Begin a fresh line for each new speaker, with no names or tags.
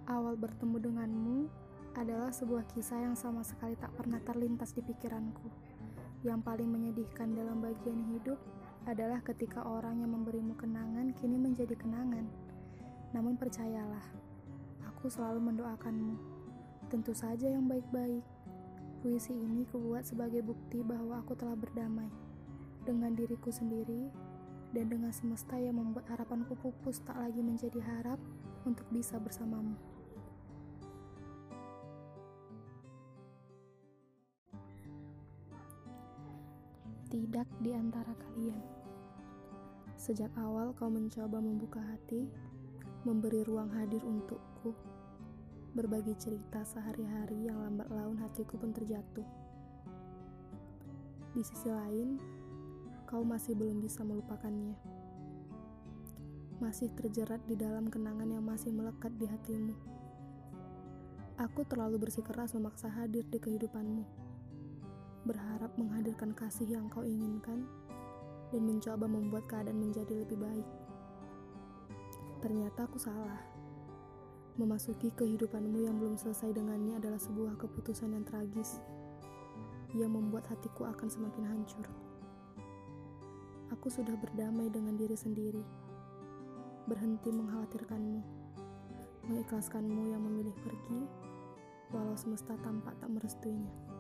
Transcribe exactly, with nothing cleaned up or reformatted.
Awal bertemu denganmu adalah sebuah kisah yang sama sekali tak pernah terlintas di pikiranku. Yang paling menyedihkan dalam bagian hidup adalah ketika orang yang memberimu kenangan kini menjadi kenangan. Namun percayalah, aku selalu mendoakanmu. Tentu saja yang baik-baik. Puisi ini kubuat sebagai bukti bahwa aku telah berdamai dengan diriku sendiri dan dengan semesta yang membuat harapanku pupus tak lagi menjadi harap untuk bisa bersamamu. Tidak di antara kalian. Sejak awal kau mencoba membuka hati, memberi ruang hadir untukku, berbagi cerita sehari-hari yang lambat laun hatiku pun terjatuh. Di sisi lain, kau masih belum bisa melupakannya. Masih terjerat di dalam kenangan yang masih melekat di hatimu. Aku terlalu bersikeras memaksa hadir di kehidupanmu, berharap menghadirkan kasih yang kau inginkan, dan mencoba membuat keadaan menjadi lebih baik. Ternyata aku salah. Memasuki kehidupanmu yang belum selesai dengannya adalah sebuah keputusan yang tragis, yang membuat hatiku akan semakin hancur. Aku sudah berdamai dengan diri sendiri, berhenti mengkhawatirkanmu, mengikhlaskanmu yang memilih pergi, walau semesta tampak tak merestuinya.